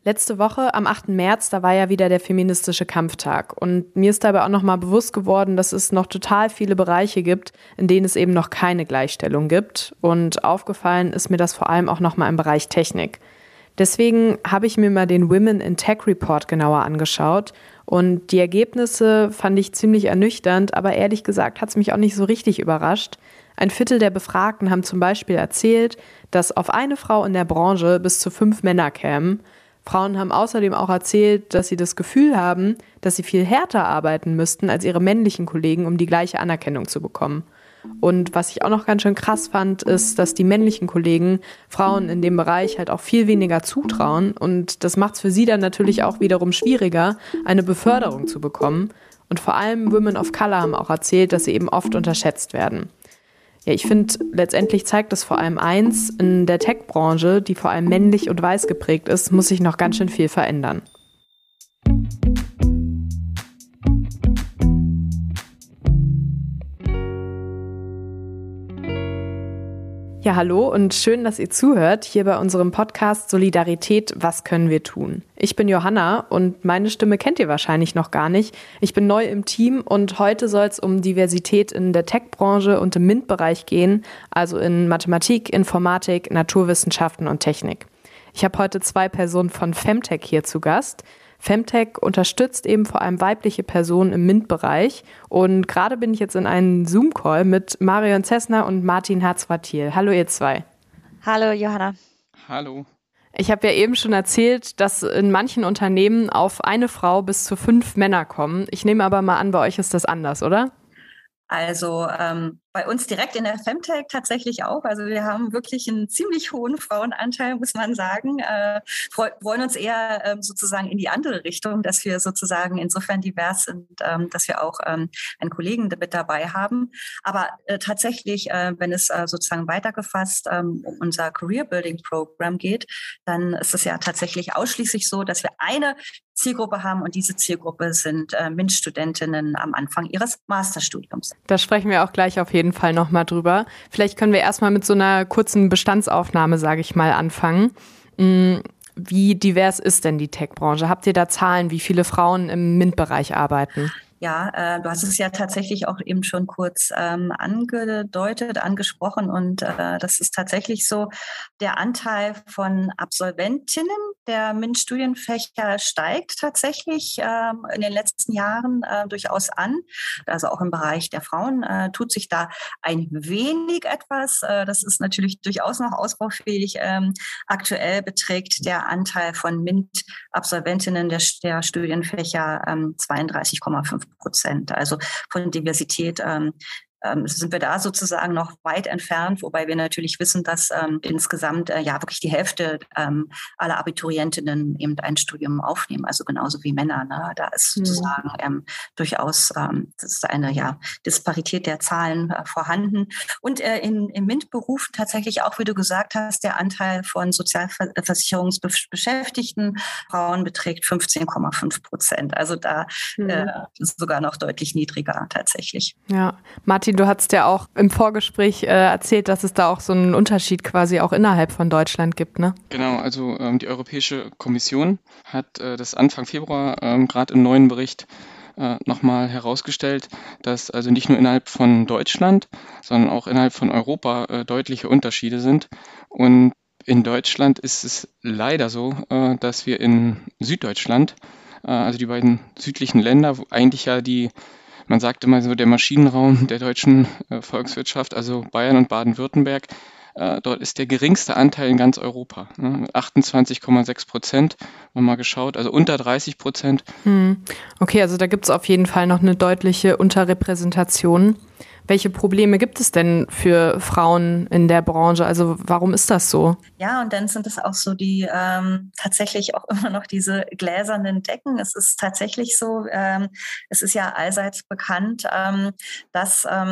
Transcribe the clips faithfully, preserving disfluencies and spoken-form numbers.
Letzte Woche, am achten März, da war ja wieder der feministische Kampftag. Und mir ist dabei auch nochmal bewusst geworden, dass es noch total viele Bereiche gibt, in denen es eben noch keine Gleichstellung gibt. Und aufgefallen ist mir das vor allem auch nochmal im Bereich Technik. Deswegen habe ich mir mal den Women in Tech Report genauer angeschaut. Und die Ergebnisse fand ich ziemlich ernüchternd, aber ehrlich gesagt hat es mich auch nicht so richtig überrascht. Ein Viertel der Befragten haben zum Beispiel erzählt, dass auf eine Frau in der Branche bis zu fünf Männer kämen. Frauen haben außerdem auch erzählt, dass sie das Gefühl haben, dass sie viel härter arbeiten müssten als ihre männlichen Kollegen, um die gleiche Anerkennung zu bekommen. Und was ich auch noch ganz schön krass fand, ist, dass die männlichen Kollegen Frauen in dem Bereich halt auch viel weniger zutrauen. Und das macht es für sie dann natürlich auch wiederum schwieriger, eine Beförderung zu bekommen. Und vor allem Women of Color haben auch erzählt, dass sie eben oft unterschätzt werden. Ja, ich finde, letztendlich zeigt das vor allem eins: In der Tech-Branche, die vor allem männlich und weiß geprägt ist, muss sich noch ganz schön viel verändern. Ja, hallo und schön, dass ihr zuhört hier bei unserem Podcast Solidarität, was können wir tun? Ich bin Johanna und meine Stimme kennt ihr wahrscheinlich noch gar nicht. Ich bin neu im Team und heute soll es um Diversität in der Tech-Branche und im MINT-Bereich gehen, also in Mathematik, Informatik, Naturwissenschaften und Technik. Ich habe heute zwei Personen von Femtech hier zu Gast. Femtech unterstützt eben vor allem weibliche Personen im MINT-Bereich. Und gerade bin ich jetzt in einem Zoom-Call mit Marion Zessner und Martin Harzwartiel. Hallo ihr zwei. Hallo Johanna. Hallo. Ich habe ja eben schon erzählt, dass in manchen Unternehmen auf eine Frau bis zu fünf Männer kommen. Ich nehme aber mal an, bei euch ist das anders, oder? Also ähm, bei uns direkt in der Femtech tatsächlich auch. Also wir haben wirklich einen ziemlich hohen Frauenanteil, muss man sagen. Äh, freu, freuen uns eher ähm, sozusagen in die andere Richtung, dass wir sozusagen insofern divers sind, ähm, dass wir auch ähm, einen Kollegen mit dabei haben. Aber äh, tatsächlich, äh, wenn es äh, sozusagen weitergefasst ähm, um unser Career Building Program geht, dann ist es ja tatsächlich ausschließlich so, dass wir eine Zielgruppe haben und diese Zielgruppe sind äh, MINT-Studentinnen am Anfang ihres Masterstudiums. Da sprechen wir auch gleich auf jeden Fall nochmal drüber. Vielleicht können wir erstmal mit so einer kurzen Bestandsaufnahme, sage ich mal, anfangen. Wie divers ist denn die Tech-Branche? Habt ihr da Zahlen, wie viele Frauen im MINT-Bereich arbeiten? Ja, äh, du hast es ja tatsächlich auch eben schon kurz ähm, angedeutet, angesprochen und äh, das ist tatsächlich so, der Anteil von Absolventinnen der MINT-Studienfächer steigt tatsächlich ähm, in den letzten Jahren äh, durchaus an. Also auch im Bereich der Frauen äh, tut sich da ein wenig etwas. Äh, das ist natürlich durchaus noch ausbaufähig. Ähm, aktuell beträgt der Anteil von MINT-Absolventinnen der, der Studienfächer ähm, zweiunddreißig Komma fünf Prozent. Also von Diversität ähm, ähm, sind wir da sozusagen noch weit entfernt, wobei wir natürlich wissen, dass ähm, insgesamt äh, ja wirklich die Hälfte ähm, aller Abiturientinnen eben ein Studium aufnehmen, also genauso wie Männer. Ne? Da ist sozusagen ähm, durchaus ähm, das ist eine ja, Disparität der Zahlen äh, vorhanden. Und äh, in, in MINT-Berufen tatsächlich auch, wie du gesagt hast, der Anteil von sozialversicherungsbeschäftigten Frauen beträgt fünfzehn Komma fünf Prozent. Also da mhm. äh, ist sogar noch deutlich niedriger tatsächlich. Ja, Martin, du hattest ja auch im Vorgespräch äh, erzählt, dass es da auch so einen Unterschied quasi auch innerhalb von Deutschland gibt, ne? Genau, also ähm, die Europäische Kommission hat äh, das Anfang Februar ähm, gerade im neuen Bericht äh, nochmal herausgestellt, dass also nicht nur innerhalb von Deutschland, sondern auch innerhalb von Europa äh, deutliche Unterschiede sind. Und in Deutschland ist es leider so, äh, dass wir in Süddeutschland, äh, also die beiden südlichen Länder, wo eigentlich ja die Man sagt immer so, der Maschinenraum der deutschen äh, Volkswirtschaft, also Bayern und Baden-Württemberg, äh, dort ist der geringste Anteil in ganz Europa. Ne? achtundzwanzig Komma sechs Prozent, haben wir mal geschaut, also unter dreißig Prozent. Hm. Okay, also da gibt es auf jeden Fall noch eine deutliche Unterrepräsentation. Welche Probleme gibt es denn für Frauen in der Branche? Also warum ist das so? Ja, und dann sind es auch so die ähm, tatsächlich auch immer noch diese gläsernen Decken. Es ist tatsächlich so, ähm, es ist ja allseits bekannt, ähm, dass ähm,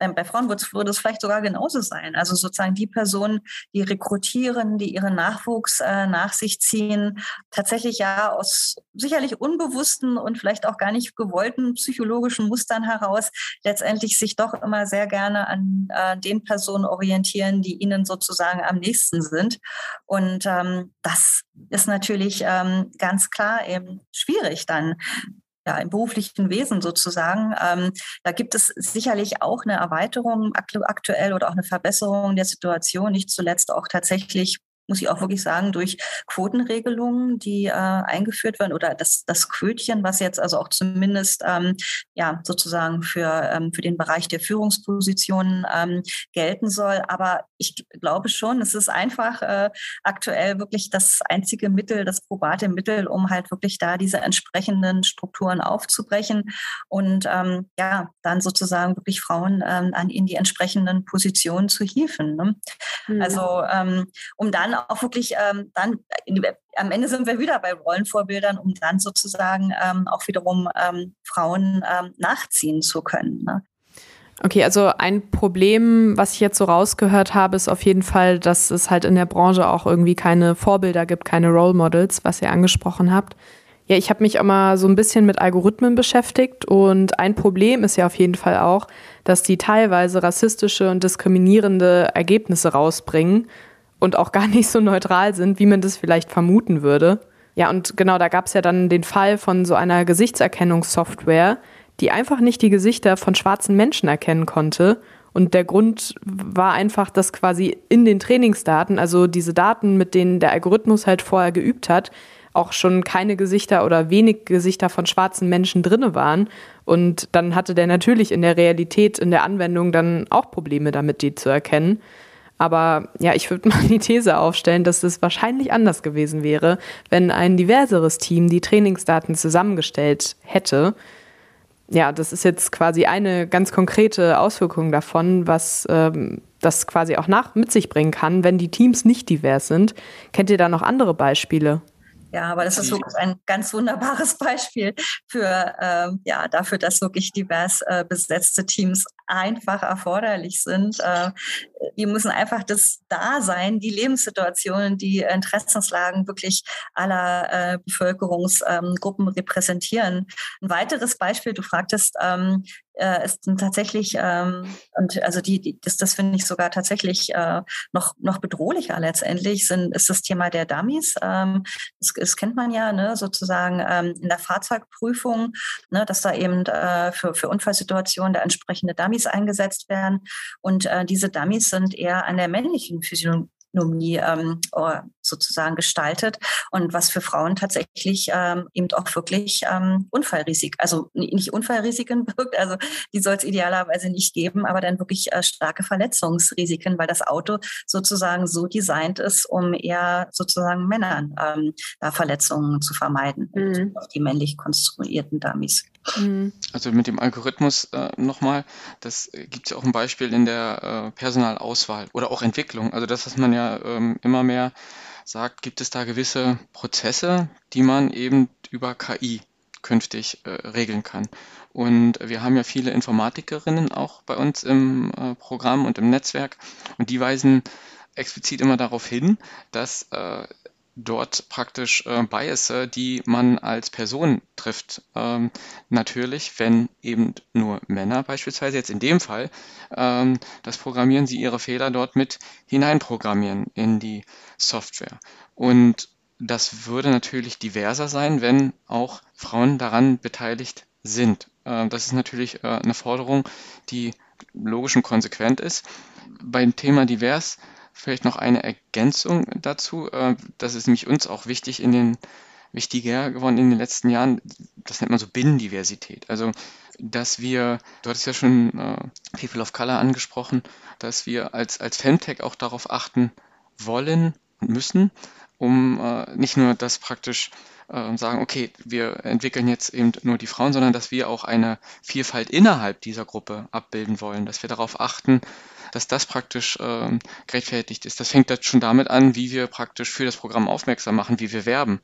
bei Frauen würde es vielleicht sogar genauso sein. Also sozusagen die Personen, die rekrutieren, die ihren Nachwuchs äh, nach sich ziehen, tatsächlich ja aus sicherlich unbewussten und vielleicht auch gar nicht gewollten psychologischen Mustern heraus letztendlich sich doch immer sehr gerne an äh, den Personen orientieren, die ihnen sozusagen am nächsten sind. Und ähm, das ist natürlich ähm, ganz klar eben schwierig dann. Ja, im beruflichen Wesen sozusagen. Ähm, da gibt es sicherlich auch eine Erweiterung aktuell oder auch eine Verbesserung der Situation, nicht zuletzt auch tatsächlich, muss ich auch wirklich sagen, durch Quotenregelungen, die äh, eingeführt werden oder das, das Quötchen, was jetzt also auch zumindest ähm, ja sozusagen für, ähm, für den Bereich der Führungspositionen ähm, gelten soll. Aber ich glaube schon, es ist einfach äh, aktuell wirklich das einzige Mittel, das probate Mittel, um halt wirklich da diese entsprechenden Strukturen aufzubrechen und ähm, ja, dann sozusagen wirklich Frauen ähm, an in die entsprechenden Positionen zu hieven. Ne? Mhm. Also ähm, um dann auch wirklich ähm, dann in, am Ende sind wir wieder bei Rollenvorbildern, um dann sozusagen ähm, auch wiederum ähm, Frauen ähm, nachziehen zu können. Ne? Okay, also ein Problem, was ich jetzt so rausgehört habe, ist auf jeden Fall, dass es halt in der Branche auch irgendwie keine Vorbilder gibt, keine Role Models, was ihr angesprochen habt. Ja, ich habe mich auch mal so ein bisschen mit Algorithmen beschäftigt und ein Problem ist ja auf jeden Fall auch, dass die teilweise rassistische und diskriminierende Ergebnisse rausbringen und auch gar nicht so neutral sind, wie man das vielleicht vermuten würde. Ja, und genau, da gab es ja dann den Fall von so einer Gesichtserkennungssoftware, die einfach nicht die Gesichter von schwarzen Menschen erkennen konnte. Und der Grund war einfach, dass quasi in den Trainingsdaten, also diese Daten, mit denen der Algorithmus halt vorher geübt hat, auch schon keine Gesichter oder wenig Gesichter von schwarzen Menschen drinne waren. Und dann hatte der natürlich in der Realität, in der Anwendung dann auch Probleme damit, die zu erkennen. Aber ja, ich würde mal die These aufstellen, dass es wahrscheinlich anders gewesen wäre, wenn ein diverseres Team die Trainingsdaten zusammengestellt hätte. Ja, das ist jetzt quasi eine ganz konkrete Auswirkung davon, was ähm, das quasi auch nach mit sich bringen kann, wenn die Teams nicht divers sind. Kennt ihr da noch andere Beispiele? Ja, aber das ist wirklich ein ganz wunderbares Beispiel für ähm, ja dafür, dass wirklich divers äh, besetzte Teams einfach erforderlich sind. Äh, die müssen einfach das Dasein, die Lebenssituationen, die Interessenslagen wirklich aller äh, Bevölkerungsgruppen ähm, repräsentieren. Ein weiteres Beispiel, du fragtest, ähm, äh, ist tatsächlich, ähm, und also die, die das, das finde ich sogar tatsächlich äh, noch, noch bedrohlicher letztendlich, sind, ist das Thema der Dummies. Ähm, das, das kennt man ja, ne, sozusagen ähm, in der Fahrzeugprüfung, ne, dass da eben äh, für, für Unfallsituationen da entsprechende Dummies eingesetzt werden. Und äh, diese Dummies sind eher an der männlichen Physiognomie ähm, sozusagen gestaltet und was für Frauen tatsächlich ähm, eben auch wirklich ähm, Unfallrisiken, also nicht Unfallrisiken birgt, also die soll es idealerweise nicht geben, aber dann wirklich äh, starke Verletzungsrisiken, weil das Auto sozusagen so designt ist, um eher sozusagen Männern ähm, da Verletzungen zu vermeiden, mhm. auf die männlich konstruierten Dummies. Also mit dem Algorithmus äh, nochmal, das äh, gibt es ja auch ein Beispiel in der äh, Personalauswahl oder auch Entwicklung. Also das, was man ja ähm, immer mehr sagt, gibt es da gewisse Prozesse, die man eben über K I künftig äh, regeln kann. Und wir haben ja viele Informatikerinnen auch bei uns im äh, Programm und im Netzwerk und die weisen explizit immer darauf hin, dass äh, dort praktisch äh, Biasse, die man als Person trifft. Ähm, natürlich, wenn eben nur Männer beispielsweise, jetzt in dem Fall, ähm, das programmieren sie ihre Fehler dort mit hineinprogrammieren in die Software. Und das würde natürlich diverser sein, wenn auch Frauen daran beteiligt sind. Äh, das ist natürlich äh, eine Forderung, die logisch und konsequent ist. Beim Thema divers vielleicht noch eine Ergänzung dazu. Das ist nämlich uns auch wichtig in den, wichtiger geworden in den letzten Jahren. Das nennt man so Binnendiversität. Also, dass wir, du hattest ja schon äh, People of Color angesprochen, dass wir als, als Femtech auch darauf achten wollen und müssen, um äh, nicht nur das praktisch äh, sagen, okay, wir entwickeln jetzt eben nur die Frauen, sondern dass wir auch eine Vielfalt innerhalb dieser Gruppe abbilden wollen, dass wir darauf achten, dass das praktisch ähm, gerechtfertigt ist. Das fängt jetzt schon damit an, wie wir praktisch für das Programm aufmerksam machen, wie wir werben.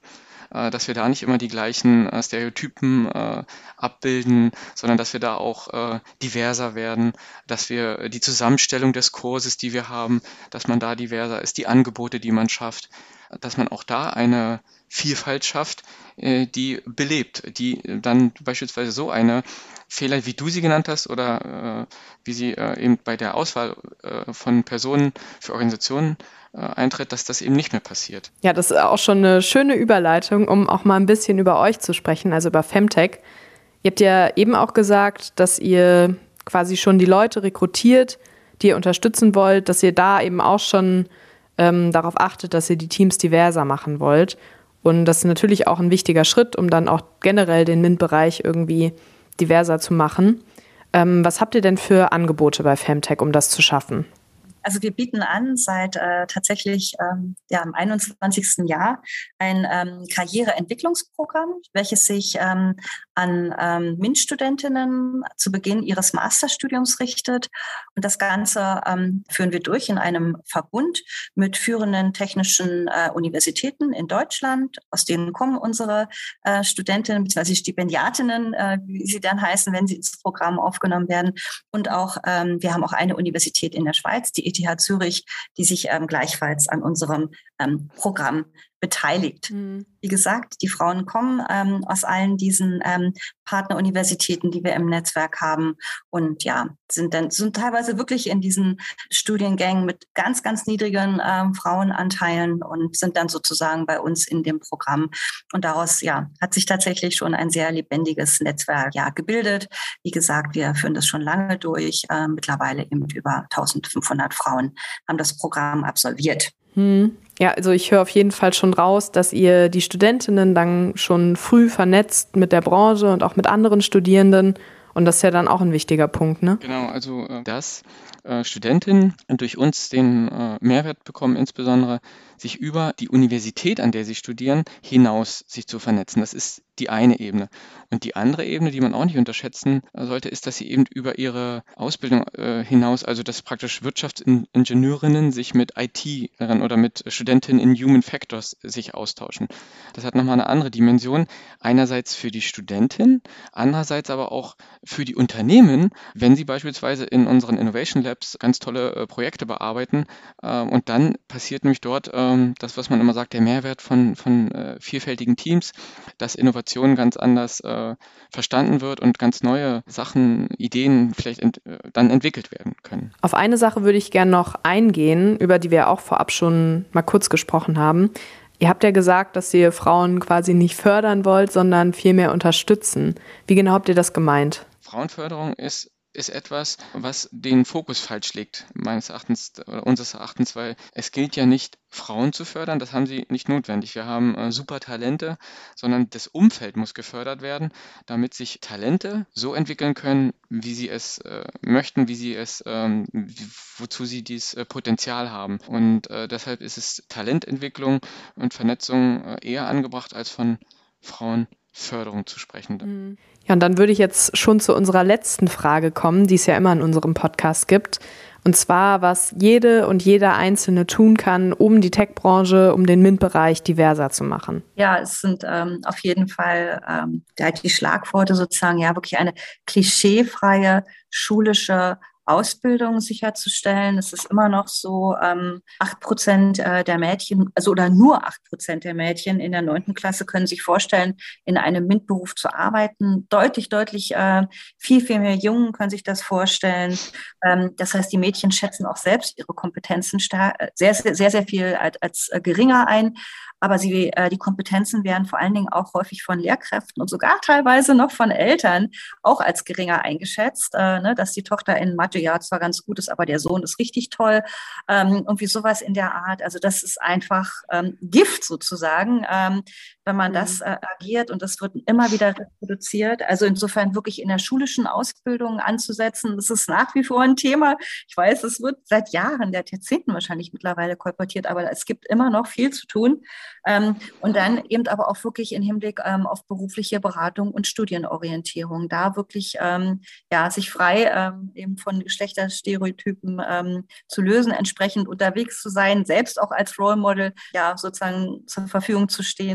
äh, dass wir da nicht immer die gleichen äh, Stereotypen äh, abbilden, sondern dass wir da auch äh, diverser werden, dass wir die Zusammenstellung des Kurses, die wir haben, dass man da diverser ist, die Angebote, die man schafft, dass man auch da eine Vielfalt schafft, äh, die belebt, die dann beispielsweise so eine Fehler, wie du sie genannt hast, oder äh, wie sie äh, eben bei der Auswahl äh, von Personen für Organisationen äh, eintritt, dass das eben nicht mehr passiert. Ja, das ist auch schon eine schöne Überleitung, um auch mal ein bisschen über euch zu sprechen, also über Femtech. Ihr habt ja eben auch gesagt, dass ihr quasi schon die Leute rekrutiert, die ihr unterstützen wollt, dass ihr da eben auch schon ähm, darauf achtet, dass ihr die Teams diverser machen wollt. Und das ist natürlich auch ein wichtiger Schritt, um dann auch generell den M I N-Bereich irgendwie diverser zu machen. Ähm, was habt ihr denn für Angebote bei Femtech, um das zu schaffen? Also wir bieten an seit äh, tatsächlich ähm, ja, im einundzwanzigsten Jahr ein ähm, Karriereentwicklungsprogramm, welches sich ähm, an ähm, M I N-Studentinnen zu Beginn ihres Masterstudiums richtet. Und das Ganze ähm, führen wir durch in einem Verbund mit führenden technischen äh, Universitäten in Deutschland. Aus denen kommen unsere äh, Studentinnen bzw. Stipendiatinnen, äh, wie sie dann heißen, wenn sie ins Programm aufgenommen werden. Und auch ähm, wir haben auch eine Universität in der Schweiz, die E T H Zürich, die sich ähm, gleichfalls an unserem ähm, Programm beteiligt. Mhm. Wie gesagt, die Frauen kommen ähm, aus allen diesen ähm, Partneruniversitäten, die wir im Netzwerk haben, und ja, sind dann sind teilweise wirklich in diesen Studiengängen mit ganz, ganz niedrigen ähm, Frauenanteilen und sind dann sozusagen bei uns in dem Programm. Und daraus ja hat sich tatsächlich schon ein sehr lebendiges Netzwerk ja gebildet. Wie gesagt, wir führen das schon lange durch. Äh, mittlerweile eben über eintausendfünfhundert Frauen haben das Programm absolviert. Hm. Ja, also ich höre auf jeden Fall schon raus, dass ihr die Studentinnen dann schon früh vernetzt mit der Branche und auch mit anderen Studierenden. Und das ist ja dann auch ein wichtiger Punkt, ne? Genau, also äh, dass äh, Studentinnen durch uns den äh, Mehrwert bekommen, insbesondere sich über die Universität, an der sie studieren, hinaus sich zu vernetzen. Das ist die eine Ebene. Und die andere Ebene, die man auch nicht unterschätzen sollte, ist, dass sie eben über ihre Ausbildung äh, hinaus, also dass praktisch Wirtschaftsingenieurinnen sich mit I T-Lern oder mit Studentinnen in Human Factors sich austauschen. Das hat nochmal eine andere Dimension. Einerseits für die Studentin, andererseits aber auch für die Unternehmen, wenn sie beispielsweise in unseren Innovation Labs ganz tolle äh, Projekte bearbeiten. Äh, und dann passiert nämlich dort äh, das, was man immer sagt, der Mehrwert von, von äh, vielfältigen Teams, dass Innovation ganz anders äh, verstanden wird und ganz neue Sachen, Ideen vielleicht ent, äh, dann entwickelt werden können. Auf eine Sache würde ich gerne noch eingehen, über die wir auch vorab schon mal kurz gesprochen haben. Ihr habt ja gesagt, dass ihr Frauen quasi nicht fördern wollt, sondern vielmehr unterstützen. Wie genau habt ihr das gemeint? Frauenförderung ist ist etwas, was den Fokus falsch legt, meines Erachtens oder unseres Erachtens, weil es gilt ja nicht, Frauen zu fördern, das haben sie nicht notwendig. Wir haben äh, super Talente, sondern das Umfeld muss gefördert werden, damit sich Talente so entwickeln können, wie sie es äh, möchten, wie sie es, ähm, wie, wozu sie dieses äh, Potenzial haben. Und äh, deshalb ist es Talententwicklung und Vernetzung äh, eher angebracht, als von Frauenförderung zu sprechen. Ja, und dann würde ich jetzt schon zu unserer letzten Frage kommen, die es ja immer in unserem Podcast gibt. Und zwar, was jede und jeder Einzelne tun kann, um die Tech-Branche, um den M I N-Bereich diverser zu machen. Ja, es sind ähm, auf jeden Fall ähm, die Schlagworte sozusagen, ja, wirklich eine klischeefreie schulische Ausbildung sicherzustellen. Es ist immer noch so, ähm, acht Prozent der Mädchen, also oder nur acht Prozent der Mädchen in der neunten Klasse können sich vorstellen, in einem M I N-Beruf zu arbeiten. Deutlich, deutlich äh, viel, viel mehr Jungen können sich das vorstellen. Ähm, das heißt, die Mädchen schätzen auch selbst ihre Kompetenzen stark, sehr, sehr, sehr, sehr viel als, als äh, geringer ein. Aber sie, äh, die Kompetenzen werden vor allen Dingen auch häufig von Lehrkräften und sogar teilweise noch von Eltern auch als geringer eingeschätzt, äh, ne, dass die Tochter in Mathe ja zwar ganz gut ist, aber der Sohn ist richtig toll. Ähm, irgendwie sowas in der Art. Also das ist einfach ähm, Gift sozusagen, ähm, wenn man mhm. das äh, agiert, und das wird immer wieder reproduziert. Also insofern wirklich in der schulischen Ausbildung anzusetzen, das ist nach wie vor ein Thema. Ich weiß, es wird seit Jahren, seit Jahrzehnten wahrscheinlich mittlerweile kolportiert, aber es gibt immer noch viel zu tun. Ähm, und dann eben aber auch wirklich im Hinblick ähm, auf berufliche Beratung und Studienorientierung, da wirklich ähm, ja, sich frei ähm, eben von Geschlechterstereotypen ähm, zu lösen, entsprechend unterwegs zu sein, selbst auch als Role Model ja sozusagen zur Verfügung zu stehen oder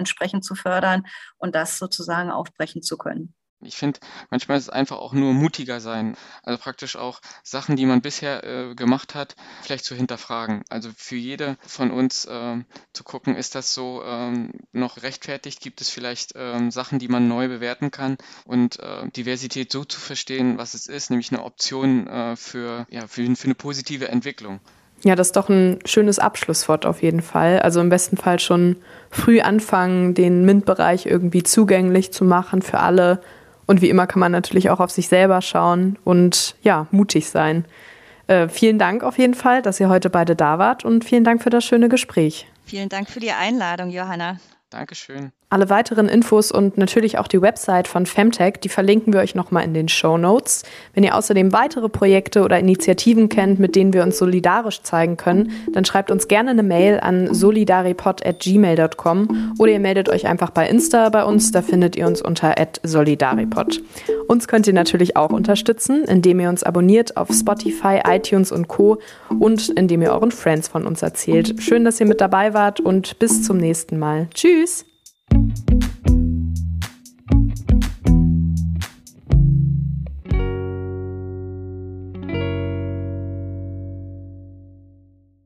entsprechend zu fördern und das sozusagen aufbrechen zu können. Ich finde, manchmal ist es einfach auch nur mutiger sein. Also praktisch auch Sachen, die man bisher äh, gemacht hat, vielleicht zu hinterfragen. Also für jede von uns äh, zu gucken, ist das so ähm, noch rechtfertigt? Gibt es vielleicht ähm, Sachen, die man neu bewerten kann? Und äh, Diversität so zu verstehen, was es ist, nämlich eine Option äh, für, ja, für, für eine positive Entwicklung. Ja, das ist doch ein schönes Abschlusswort auf jeden Fall. Also im besten Fall schon früh anfangen, den M I N-Bereich irgendwie zugänglich zu machen für alle. Und wie immer kann man natürlich auch auf sich selber schauen und ja, mutig sein. Äh, vielen Dank auf jeden Fall, dass ihr heute beide da wart und vielen Dank für das schöne Gespräch. Vielen Dank für die Einladung, Johanna. Dankeschön. Alle weiteren Infos und natürlich auch die Website von Femtech, die verlinken wir euch nochmal in den Shownotes. Wenn ihr außerdem weitere Projekte oder Initiativen kennt, mit denen wir uns solidarisch zeigen können, dann schreibt uns gerne eine Mail an solidaripod at gmail dot com oder ihr meldet euch einfach bei Insta bei uns, da findet ihr uns unter at solidaripod. Uns könnt ihr natürlich auch unterstützen, indem ihr uns abonniert auf Spotify, iTunes und Co. und indem ihr euren Friends von uns erzählt. Schön, dass ihr mit dabei wart und bis zum nächsten Mal. Tschüss!